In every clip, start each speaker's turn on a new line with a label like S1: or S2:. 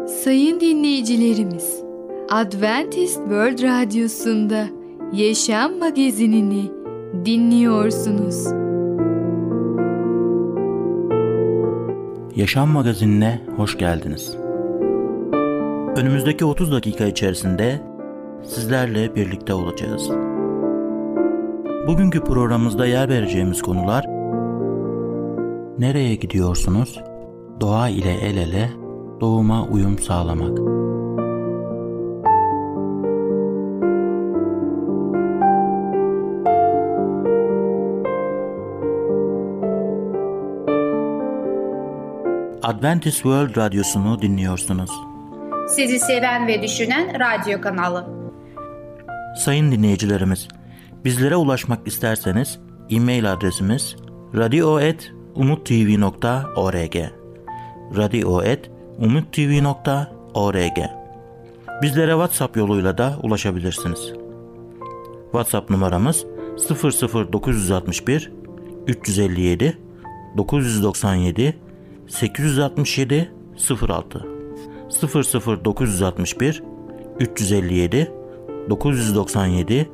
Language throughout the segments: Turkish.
S1: Sayın dinleyicilerimiz, Adventist World Radyosu'nda Yaşam Magazinini dinliyorsunuz.
S2: Yaşam Magazinine hoş geldiniz. Önümüzdeki 30 dakika içerisinde sizlerle birlikte olacağız. Bugünkü programımızda yer vereceğimiz konular: nereye gidiyorsunuz? Doğa ile el ele, doğuma uyum sağlamak. Adventist World Radyosu'nu dinliyorsunuz.
S3: Sizi seven ve düşünen radyo kanalı.
S2: Sayın dinleyicilerimiz, bizlere ulaşmak isterseniz e-mail adresimiz radio@umuttv.org radio@umuttv.org. Bizlere WhatsApp yoluyla da ulaşabilirsiniz. WhatsApp numaramız 00961 357 997 867 06 00961 357 997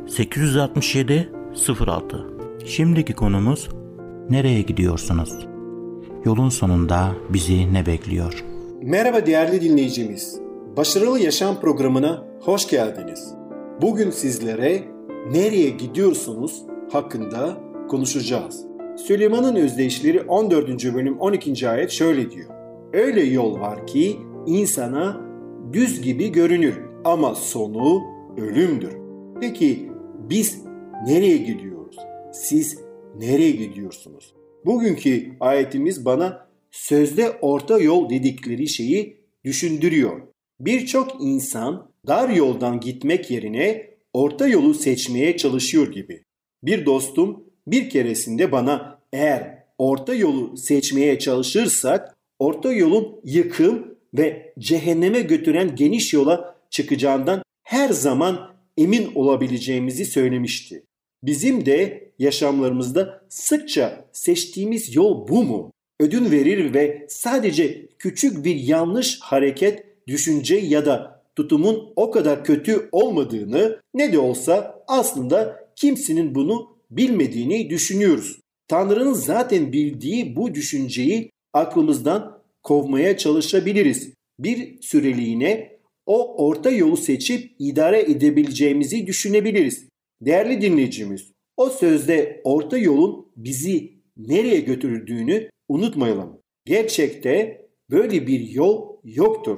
S2: 867 06. Şimdiki konumuz: nereye gidiyorsunuz? Yolun sonunda bizi ne bekliyor?
S4: Merhaba değerli dinleyicimiz. Başarılı Yaşam programına hoş geldiniz. Bugün sizlere nereye gidiyorsunuz hakkında konuşacağız. Süleyman'ın Özdeyişleri 14. bölüm 12. ayet şöyle diyor: öyle yol var ki insana düz gibi görünür ama sonu ölümdür. Peki biz nereye gidiyoruz? Siz nereye gidiyorsunuz? Bugünkü ayetimiz bana sözde orta yol dedikleri şeyi düşündürüyor. Birçok insan dar yoldan gitmek yerine orta yolu seçmeye çalışıyor gibi. Bir dostum bir keresinde bana, eğer orta yolu seçmeye çalışırsak orta yolun yıkım ve cehenneme götüren geniş yola çıkacağından her zaman emin olabileceğimizi söylemişti. Bizim de yaşamlarımızda sıkça seçtiğimiz yol bu mu? Ödün verir ve sadece küçük bir yanlış hareket, düşünce ya da tutumun o kadar kötü olmadığını, ne de olsa aslında kimsenin bunu bilmediğini düşünüyoruz. Tanrı'nın zaten bildiği bu düşünceyi aklımızdan kovmaya çalışabiliriz. Bir süreliğine o orta yolu seçip idare edebileceğimizi düşünebiliriz. Değerli dinleyicimiz, o sözde orta yolun bizi nereye götürdüğünü unutmayalım. Gerçekte böyle bir yol yoktur.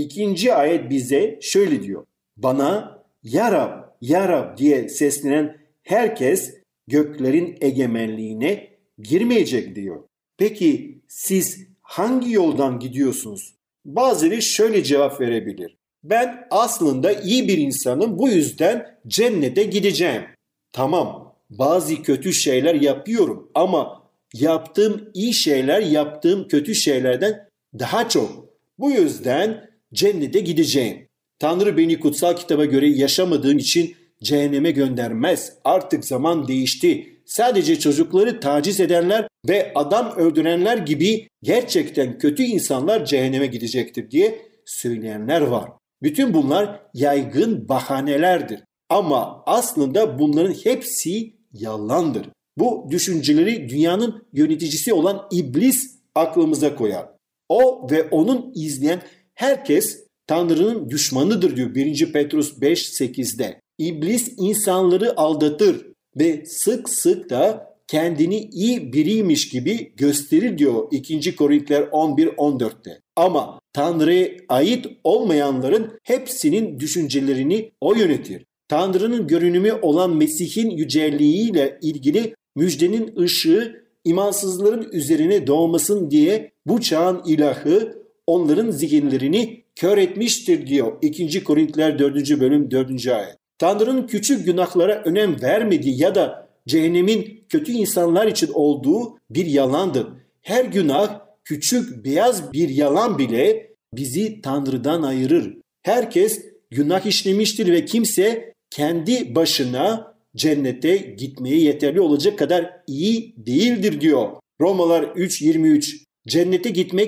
S4: 2. ayet bize şöyle diyor: bana ya Rab, ya Rab diye seslenen herkes göklerin egemenliğine girmeyecek diyor. Peki siz hangi yoldan gidiyorsunuz? Bazıları şöyle cevap verebilir: ben aslında iyi bir insanım, bu yüzden cennete gideceğim. Tamam, bazı kötü şeyler yapıyorum ama yaptığım iyi şeyler yaptığım kötü şeylerden daha çok. Bu yüzden cennete gideceğim. Tanrı beni kutsal kitaba göre yaşamadığım için cehenneme göndermez. Artık zaman değişti. Sadece çocukları taciz edenler ve adam öldürenler gibi gerçekten kötü insanlar cehenneme gidecektir diye söyleyenler var. Bütün bunlar yaygın bahanelerdir. Ama aslında bunların hepsi yalandır. Bu düşünceleri dünyanın yöneticisi olan iblis aklımıza koyar. O ve onun izleyen herkes Tanrı'nın düşmanıdır diyor 1. Petrus 5:8'de. İblis insanları aldatır ve sık sık da kendini iyi biriymiş gibi gösterir diyor 2. Korintiler 11:14'te. Ama Tanrı'ya ait olmayanların hepsinin düşüncelerini o yönetir. Tanrı'nın görünümü olan Mesih'in yüceliğiyle ilgili müjdenin ışığı imansızların üzerine doğmasın diye bu çağın ilahı onların zihinlerini kör etmiştir diyor 2. Korintiler 4. bölüm 4. ayet. Tanrı'nın küçük günahlara önem vermediği ya da cehennemin kötü insanlar için olduğu bir yalandır. Her günah, küçük beyaz bir yalan bile bizi Tanrı'dan ayırır. Herkes günah işlemiştir ve kimse kendi başına cennete gitmeye yeterli olacak kadar iyi değildir diyor. Romalar 3:23. Cennete gitmek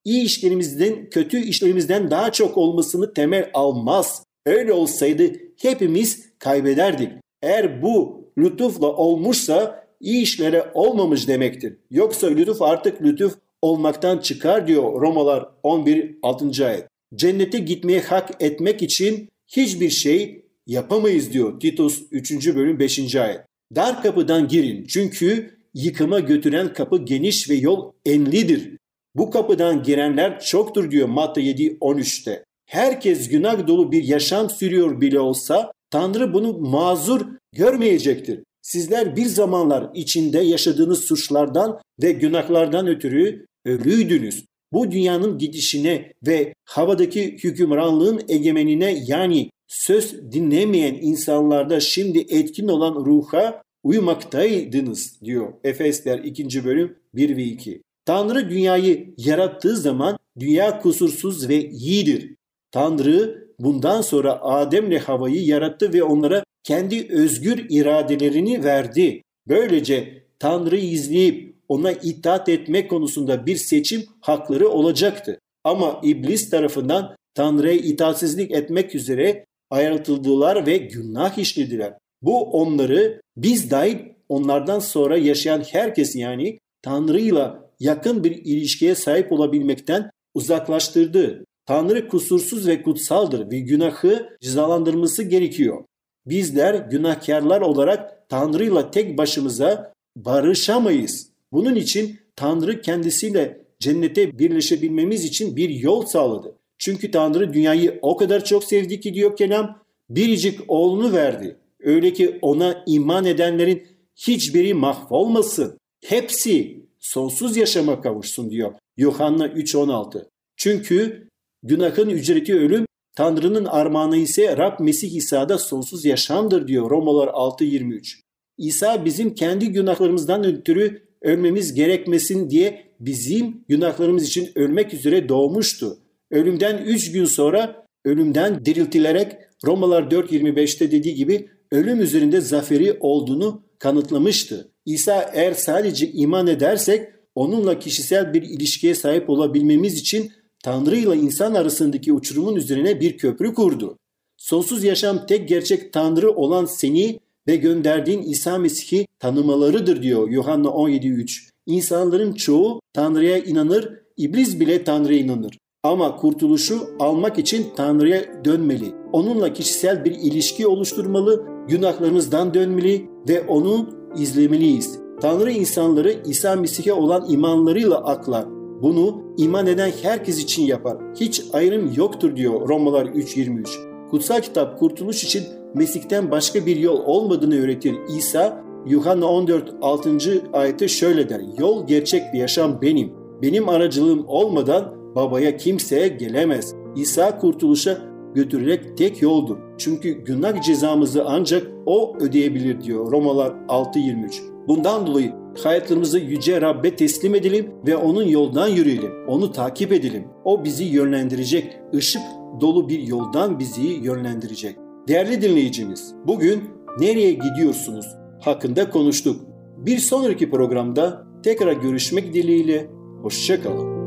S4: iyi işlerimizden, kötü işlerimizden daha çok olmasını temel almaz. Öyle olsaydı hepimiz kaybederdik. Eğer bu lütufla olmuşsa iyi işlere olmamış demektir. Yoksa lütuf artık lütuf olmaktan çıkar diyor Romalar 11. 6. ayet. Cennete gitmeye hak etmek için hiçbir şey yapamayız diyor Titus 3. bölüm 5. ayet. Dar kapıdan girin çünkü yıkıma götüren kapı geniş ve yol enlidir. Bu kapıdan girenler çoktur diyor Matta 7.13'te. Herkes günah dolu bir yaşam sürüyor bile olsa Tanrı bunu mazur görmeyecektir. Sizler bir zamanlar içinde yaşadığınız suçlardan ve günahlardan ötürü ölüydünüz. Bu dünyanın gidişine ve havadaki hükümranlığın egemenine yani söz dinlemeyen insanlarda şimdi etkin olan ruha uymaktaydınız diyor Efesler 2. bölüm 1 ve 2. Tanrı dünyayı yarattığı zaman dünya kusursuz ve iyidir. Tanrı bundan sonra Adem'le Havva'yı yarattı ve onlara kendi özgür iradelerini verdi. Böylece Tanrı'yı izleyip ona itaat etmek konusunda bir seçim hakları olacaktı. Ama iblis tarafından Tanrı'ya itaatsizlik etmek üzere ayrıldılar ve günah işlediler. Bu onları biz dahil onlardan sonra yaşayan herkes yani Tanrı'yla yakın bir ilişkiye sahip olabilmekten uzaklaştırdı. Tanrı kusursuz ve kutsaldır ve günahı cezalandırması gerekiyor. Bizler günahkarlar olarak Tanrı'yla tek başımıza barışamayız. Bunun için Tanrı kendisiyle cennete birleşebilmemiz için bir yol sağladı. Çünkü Tanrı dünyayı o kadar çok sevdi ki diyor kelam, biricik oğlunu verdi. Öyle ki ona iman edenlerin hiçbiri mahvolmasın. Hepsi sonsuz yaşama kavuşsun diyor Yuhanna 3.16. Çünkü günahın ücreti ölüm, Tanrı'nın armağanı ise Rab Mesih İsa'da sonsuz yaşamdır diyor Romalar 6.23. İsa bizim kendi günahlarımızdan ötürü ölmemiz gerekmesin diye bizim günahlarımız için ölmek üzere doğmuştu. Ölümden 3 gün sonra ölümden diriltilerek Romalar 4.25'te dediği gibi ölüm üzerinde zaferi olduğunu kanıtlamıştı. İsa eğer sadece iman edersek onunla kişisel bir ilişkiye sahip olabilmemiz için Tanrı ile insan arasındaki uçurumun üzerine bir köprü kurdu. Sonsuz yaşam tek gerçek Tanrı olan seni ve gönderdiğin İsa Mesih'i tanımalarıdır diyor Yuhanna 17.3. İnsanların çoğu Tanrı'ya inanır, iblis bile Tanrı'ya inanır. Ama kurtuluşu almak için Tanrı'ya dönmeli. Onunla kişisel bir ilişki oluşturmalı, günahlarımızdan dönmeli ve onu izlemeliyiz. Tanrı insanları İsa Mesih'e olan imanlarıyla aklar. Bunu iman eden herkes için yapar. Hiç ayrım yoktur diyor Romalar 3.23. Kutsal kitap kurtuluş için Mesih'ten başka bir yol olmadığını öğretir. İsa Yuhanna 14.6. ayette şöyle der. Yol, gerçek ve yaşam benim. Benim aracılığım olmadan babaya kimseye gelemez. İsa kurtuluşa götürerek tek yoldur. Çünkü günah cezamızı ancak o ödeyebilir diyor Romalar 6.23. Bundan dolayı hayatlarımızı Yüce Rab'be teslim edelim ve onun yoldan yürüyelim. Onu takip edelim. O bizi yönlendirecek. Işık dolu bir yoldan bizi yönlendirecek. Değerli dinleyicimiz, bugün nereye gidiyorsunuz hakkında konuştuk. Bir sonraki programda tekrar görüşmek dileğiyle. Hoşça kalın.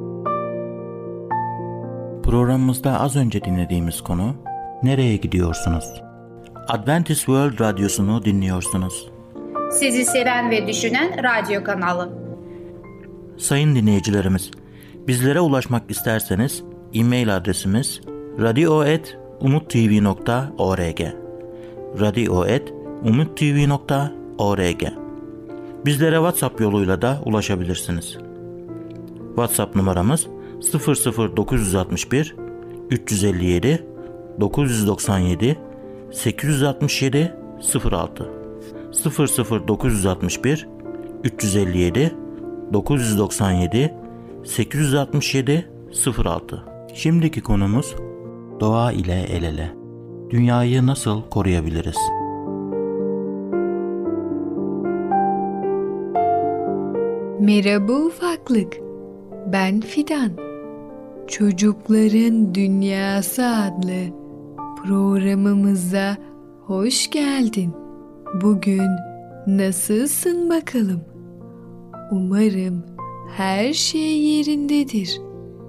S2: Programımızda az önce dinlediğimiz konu nereye gidiyorsunuz? Adventist World Radyosu'nu dinliyorsunuz.
S3: Sizi seven ve düşünen radyo kanalı.
S2: Sayın dinleyicilerimiz, bizlere ulaşmak isterseniz e-mail adresimiz radio@umuttv.org radio@umuttv.org. Bizlere WhatsApp yoluyla da ulaşabilirsiniz. WhatsApp numaramız 00961 357 997 867 06 00961 357 997 867 06. Şimdiki konumuz doğa ile el ele. Dünyayı nasıl koruyabiliriz?
S1: Merhaba ufaklık. Ben Fidan. Çocukların Dünyası adlı programımıza hoş geldin. Bugün nasılsın bakalım? Umarım her şey yerindedir.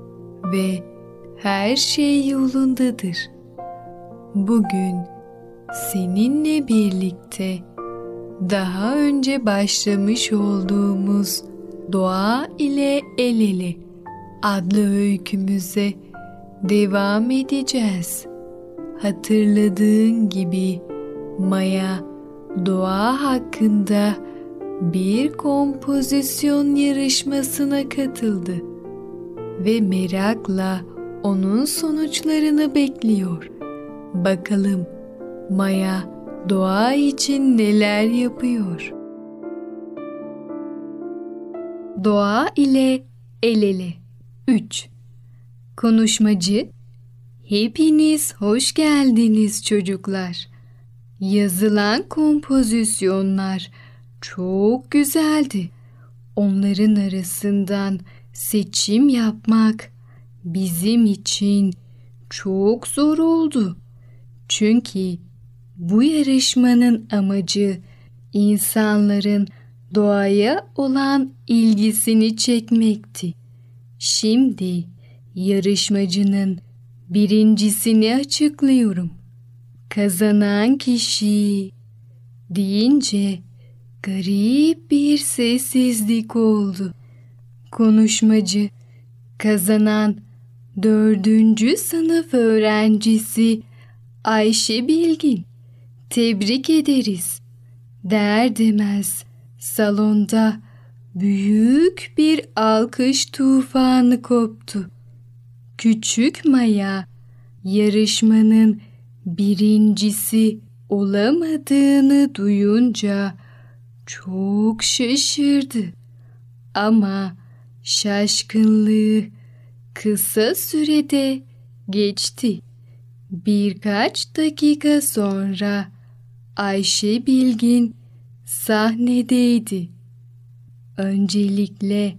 S1: ve her şey yolundadır. Bugün seninle birlikte daha önce başlamış olduğumuz Doğa ile El Ele adlı öykümüze devam edeceğiz. Hatırladığın gibi Maya doğa hakkında bir kompozisyon yarışmasına katıldı ve merakla onun sonuçlarını bekliyor. Bakalım Maya doğa için neler yapıyor? Doğa ile El Ele 3. Konuşmacı: Hepiniz hoş geldiniz çocuklar. Yazılan kompozisyonlar çok güzeldi. Onların arasından seçim yapmak bizim için çok zor oldu. Çünkü bu yarışmanın amacı insanların doğaya olan ilgisini çekmekti. Şimdi yarışmacının birincisini açıklıyorum. Kazanan kişi deyince garip bir sessizlik oldu. Konuşmacı: Kazanan 4. sınıf öğrencisi Ayşe Bilgin. Tebrik ederiz der demez salonda büyük bir alkış tufanı koptu. Küçük Maya yarışmanın birincisi olamadığını duyunca çok şaşırdı. Ama şaşkınlığı kısa sürede geçti. Birkaç dakika sonra Ayşe Bilgin sahnedeydi. Öncelikle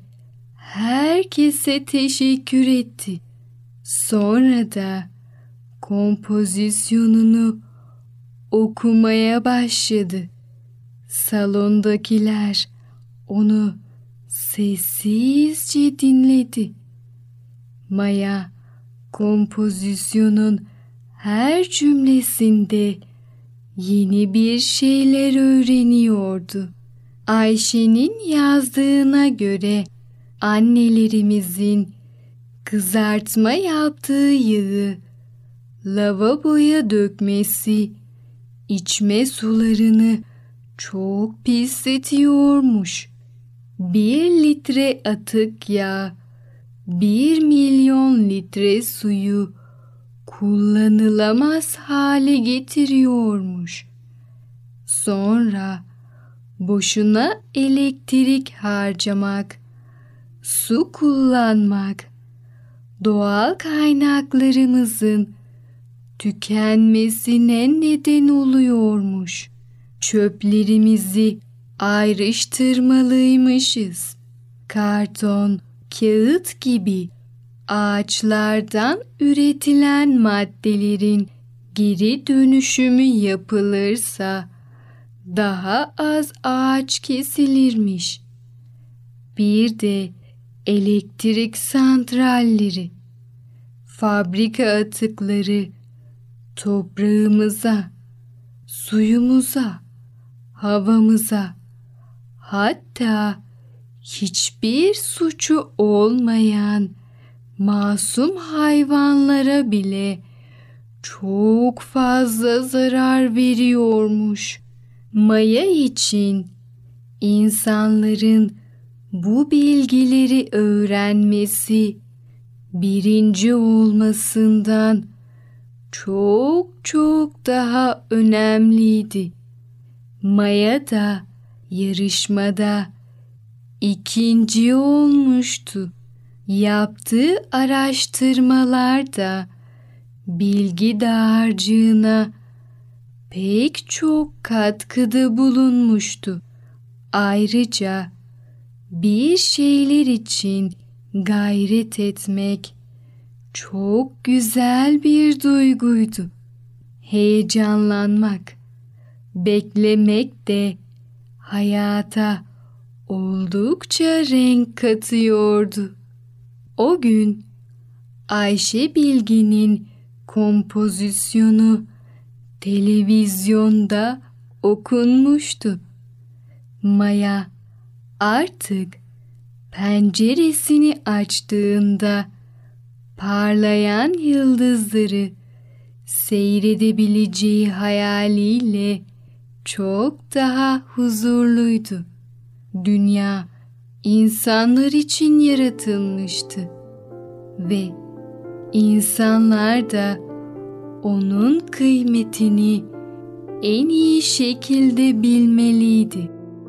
S1: herkese teşekkür etti. Sonra da kompozisyonunu okumaya başladı. Salondakiler onu sessizce dinledi. Maya kompozisyonun her cümlesinde yeni bir şeyler öğreniyordu. Ayşe'nin yazdığına göre annelerimizin kızartma yaptığı yağı lavaboya dökmesi içme sularını çok pisletiyormuş. 1 litre atık yağ 1 milyon litre suyu kullanılamaz hale getiriyormuş. Sonra boşuna elektrik harcamak, su kullanmak, doğal kaynaklarımızın tükenmesine neden oluyormuş. Çöplerimizi ayrıştırmalıymışız. Karton, kağıt gibi ağaçlardan üretilen maddelerin geri dönüşümü yapılırsa daha az ağaç kesilirmiş. Bir de elektrik santralleri, fabrika atıkları toprağımıza, suyumuza, havamıza, hatta hiçbir suçu olmayan masum hayvanlara bile çok fazla zarar veriyormuş. Maya için insanların bu bilgileri öğrenmesi birinci olmasından çok daha önemliydi. Maya da yarışmada 2. olmuştu. Yaptığı araştırmalarda bilgi dağarcığına pek çok katkıda bulunmuştu. Ayrıca bir şeyler için gayret etmek çok güzel bir duyguydu. Heyecanlanmak, beklemek de hayata oldukça renk katıyordu. O gün Ayşe Bilgin'in kompozisyonu televizyonda okunmuştu. Maya artık penceresini açtığında parlayan yıldızları seyredebileceği hayaliyle çok daha huzurluydu. Dünya insanlar için yaratılmıştı ve insanlar da onun kıymetini en iyi şekilde bilmeliydi.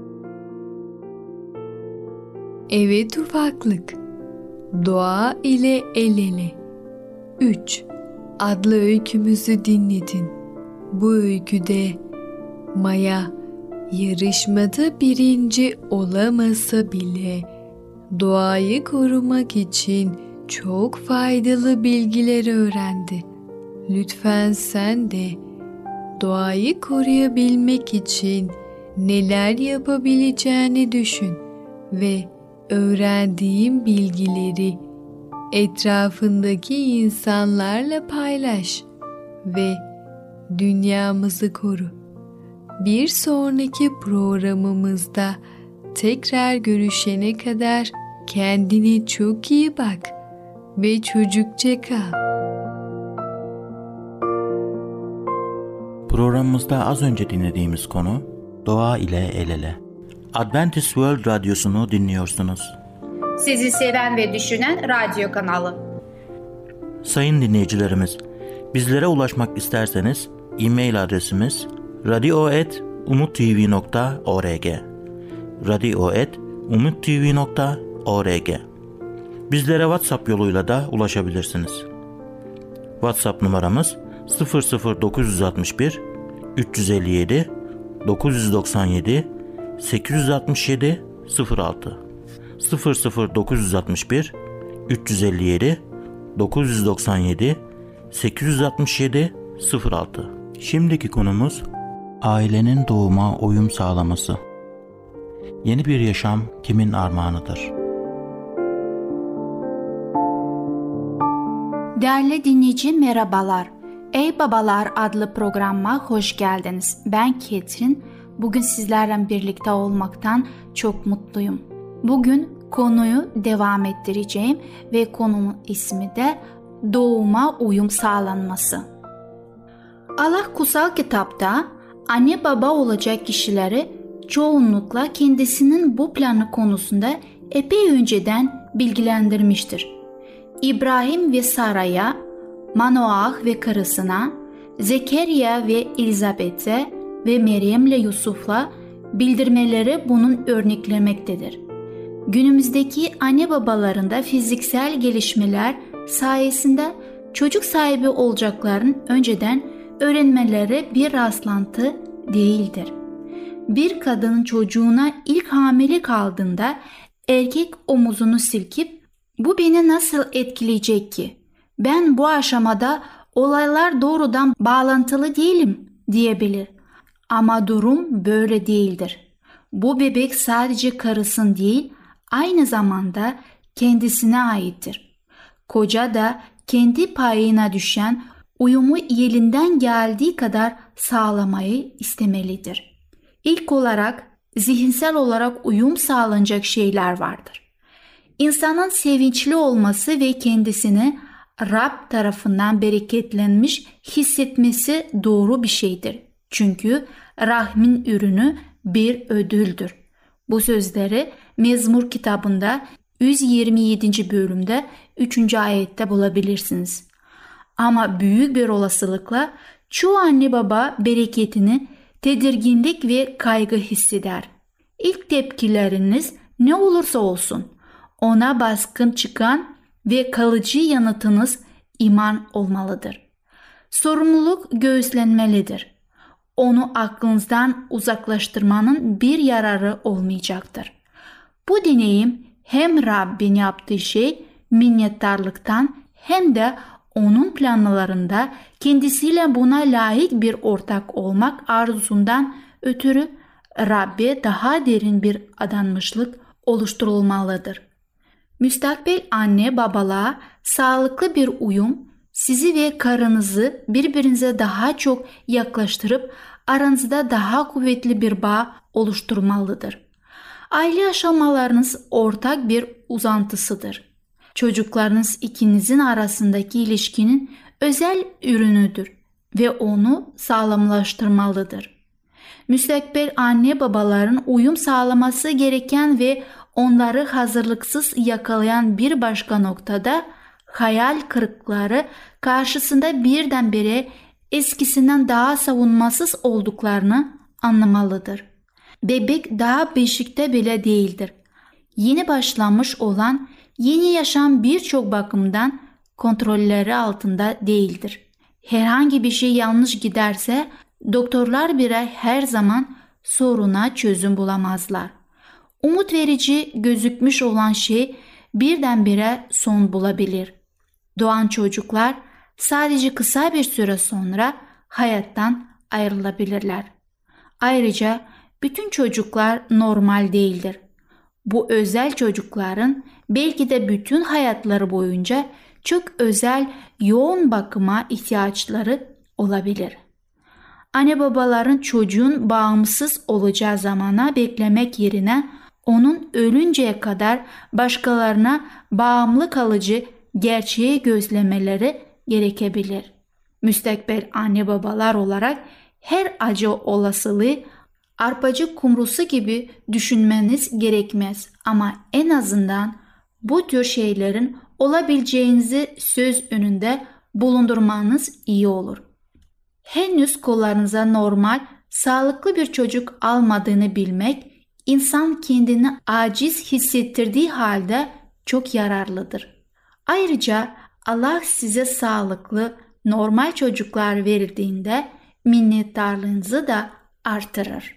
S1: Evet ufaklık, doğa ile el ele. 3 adlı öykümüzü dinledin. Bu öyküde Maya yarışmada birinci olamasa bile doğayı korumak için çok faydalı bilgiler öğrendi. Lütfen sen de doğayı koruyabilmek için neler yapabileceğini düşün ve öğrendiğin bilgileri etrafındaki insanlarla paylaş ve dünyamızı koru. Bir sonraki programımızda tekrar görüşene kadar kendine çok iyi bak ve çocukça kal.
S2: Programımızda az önce dinlediğimiz konu Doğa ile El Ele. Adventist World Radyosu'nu dinliyorsunuz.
S3: Sizi seven ve düşünen radyo kanalı.
S2: Sayın dinleyicilerimiz, bizlere ulaşmak isterseniz e-mail adresimiz radio@umuttv.org radio@umuttv.org. Bizlere WhatsApp yoluyla da ulaşabilirsiniz. WhatsApp numaramız 00961 357 997 867 06 00961 357 997 867 06. Şimdiki konumuz ailenin doğuma uyum sağlaması. Yeni bir yaşam kimin armağanıdır?
S5: Değerli dinleyici merhabalar. Ey Babalar adlı programa hoş geldiniz. Ben Ketrin. Bugün sizlerle birlikte olmaktan çok mutluyum. Bugün konuyu devam ettireceğim ve konunun ismi de doğuma uyum sağlanması. Allah kutsal kitapta anne baba olacak kişileri çoğunlukla kendisinin bu planı konusunda epey önceden bilgilendirmiştir. İbrahim ve Sara'ya, Manoah ve karısına, Zekeriya ve Elizabeth'e ve Meryem'le Yusuf'la bildirmeleri bunun örneklemektedir. Günümüzdeki anne babalarında fiziksel gelişmeler sayesinde çocuk sahibi olacakların önceden öğrenmeleri bir rastlantı değildir. Bir kadının çocuğuna ilk hamile kaldığında erkek omuzunu silkip "Bu beni nasıl etkileyecek ki? Ben bu aşamada olaylar doğrudan bağlantılı değilim." diyebilir. Ama durum böyle değildir. Bu bebek sadece karısın değil, aynı zamanda kendisine aittir. Koca da kendi payına düşen uyumu elinden geldiği kadar sağlamayı istemelidir. İlk olarak zihinsel olarak uyum sağlanacak şeyler vardır. İnsanın sevinçli olması ve kendisini Rab tarafından bereketlenmiş hissetmesi doğru bir şeydir. Çünkü rahmin ürünü bir ödüldür. Bu sözleri Mezmur kitabında 127. bölümde 3. ayette bulabilirsiniz. Ama büyük bir olasılıkla çoğu anne baba bereketini tedirginlik ve kaygı hisseder. İlk tepkileriniz ne olursa olsun ona baskın çıkan ve kalıcı yanıtınız iman olmalıdır. Sorumluluk göğüslenmelidir. Onu aklınızdan uzaklaştırmanın bir yararı olmayacaktır. Bu deneyim hem Rabbin yaptığı şey minnettarlıktan hem de onun planlarında kendisiyle buna layık bir ortak olmak arzusundan ötürü Rabbe daha derin bir adanmışlık oluşturulmalıdır. Müstakbel anne babalığa Sağlıklı bir uyum sizi ve karınızı birbirinize daha çok yaklaştırıp aranızda daha kuvvetli bir bağ oluşturmalıdır. Aile aşamalarınız ortak bir uzantısıdır. Çocuklarınız ikinizin arasındaki ilişkinin özel ürünüdür ve onu sağlamlaştırmalıdır. Müstakbel anne babaların uyum sağlaması gereken ve onları hazırlıksız yakalayan bir başka noktada hayal kırıklıkları karşısında birdenbire eskisinden daha savunmasız olduklarını anlamalıdır. Bebek daha beşikte bile değildir. Yeni başlamış olan yeni yaşam birçok bakımdan kontrolleri altında değildir. Herhangi bir şey yanlış giderse doktorlar bile her zaman soruna çözüm bulamazlar. Umut verici gözükmüş olan şey birdenbire son bulabilir. Doğan çocuklar sadece kısa bir süre sonra hayattan ayrılabilirler. Ayrıca bütün çocuklar normal değildir. Bu özel çocukların belki de bütün hayatları boyunca çok özel yoğun bakıma ihtiyaçları olabilir. Anne babaların çocuğun bağımsız olacağı zamana beklemek yerine onun ölünceye kadar başkalarına bağımlı kalıcı gerçeği gözlemeleri gerekebilir. Müstakbel anne babalar olarak her acı olasılığı arpacık kumrusu gibi düşünmeniz gerekmez ama en azından bu tür şeylerin olabileceğinizi söz önünde bulundurmanız iyi olur. Henüz kollarınıza normal, sağlıklı bir çocuk almadığını bilmek, insan kendini aciz hissettirdiği halde çok yararlıdır. Ayrıca Allah size sağlıklı, normal çocuklar verildiğinde minnettarlığınızı da artırır.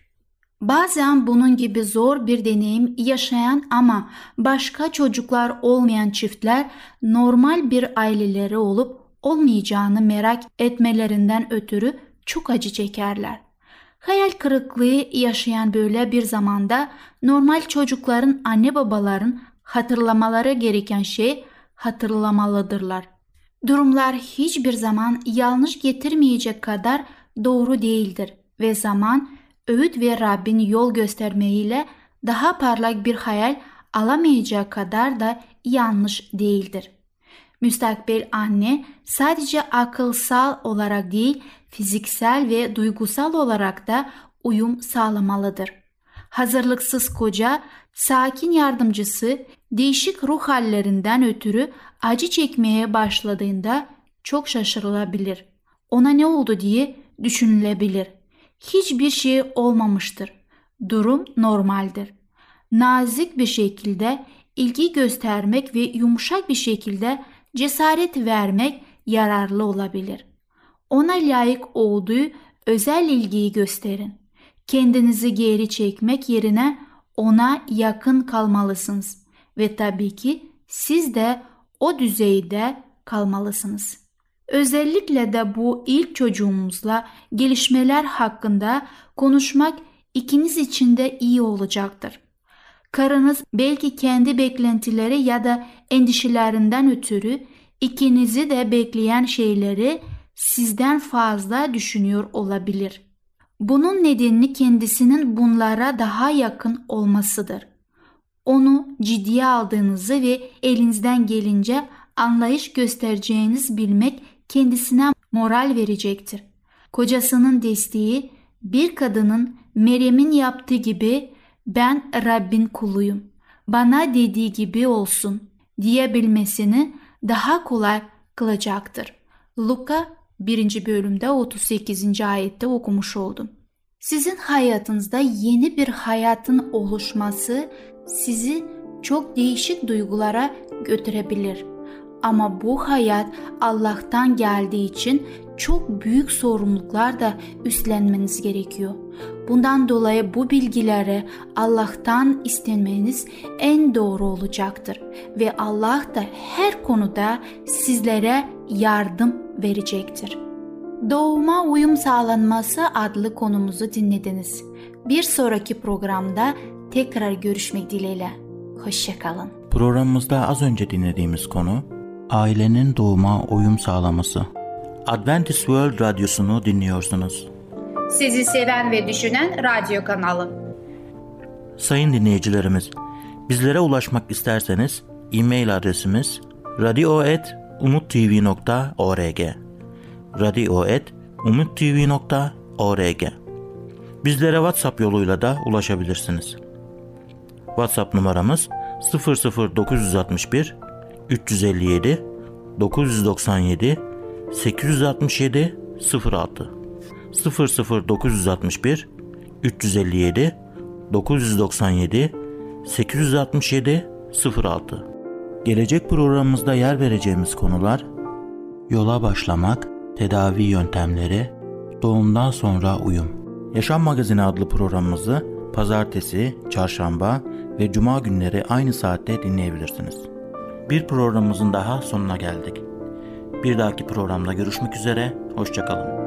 S5: Bazen bunun gibi zor bir deneyim yaşayan ama başka çocuklar olmayan çiftler normal bir aileleri olup olmayacağını merak etmelerinden ötürü çok acı çekerler. Hayal kırıklığı yaşayan böyle bir zamanda normal çocukların anne babaların hatırlamaları gereken şey hatırlamalıdırlar. Durumlar hiçbir zaman yanlış getirmeyecek kadar doğru değildir ve zaman, öğüt ve Rabbin yol göstermeyle daha parlak bir hayal alamayacağı kadar da yanlış değildir. Müstakbel anne sadece akılsal olarak değil, fiziksel ve duygusal olarak da uyum sağlamalıdır. Hazırlıksız koca, sakin yardımcısı, değişik ruh hallerinden ötürü acı çekmeye başladığında çok şaşırılabilir. Ona ne oldu diye düşünülebilir. Hiçbir şey olmamıştır. Durum normaldir. Nazik bir şekilde ilgi göstermek ve yumuşak bir şekilde cesaret vermek yararlı olabilir. Ona layık olduğu özel ilgiyi gösterin. Kendinizi geri çekmek yerine ona yakın kalmalısınız ve tabii ki siz de o düzeyde kalmalısınız. Özellikle de bu ilk çocuğumuzla gelişmeler hakkında konuşmak ikiniz için de iyi olacaktır. Karınız belki kendi beklentileri ya da endişelerinden ötürü ikinizi de bekleyen şeyleri sizden fazla düşünüyor olabilir. Bunun nedeni kendisinin bunlara daha yakın olmasıdır. Onu ciddiye aldığınızı ve elinizden gelince anlayış göstereceğiniz bilmek kendisine moral verecektir. Kocasının desteği bir kadının Meryem'in yaptığı gibi ben Rabbin kuluyum, bana dediği gibi olsun diyebilmesini daha kolay kılacaktır. Luka 1. bölümde 38. ayette okumuş oldum. Sizin hayatınızda yeni bir hayatın oluşması sizi çok değişik duygulara götürebilir. Ama bu hayat Allah'tan geldiği için çok büyük sorumluluklar da üstlenmeniz gerekiyor. Bundan dolayı bu bilgileri Allah'tan istemeniz en doğru olacaktır ve Allah da her konuda sizlere yardım verecektir. Doğuma uyum sağlanması adlı konumuzu dinlediniz. Bir sonraki programda tekrar görüşmek dileğiyle. Hoşça kalın.
S2: Programımızda az önce dinlediğimiz konu Ailenin doğuma uyum sağlaması. Adventist World Radyosu'nu dinliyorsunuz.
S3: Sizi seven ve düşünen radyo kanalı.
S2: Sayın dinleyicilerimiz, bizlere ulaşmak isterseniz e-mail adresimiz radio@umuttv.org radio@umuttv.org. Bizlere WhatsApp yoluyla da ulaşabilirsiniz. WhatsApp numaramız 00961 357 997 867 06 00961 357 997 867 06. Gelecek programımızda yer vereceğimiz konular: yola başlamak, tedavi yöntemleri, doğumdan sonra uyum. Yaşam Magazini adlı programımızı pazartesi, çarşamba ve cuma günleri aynı saatte dinleyebilirsiniz. Bir programımızın daha sonuna geldik. Bir dahaki programda görüşmek üzere, hoşça kalın.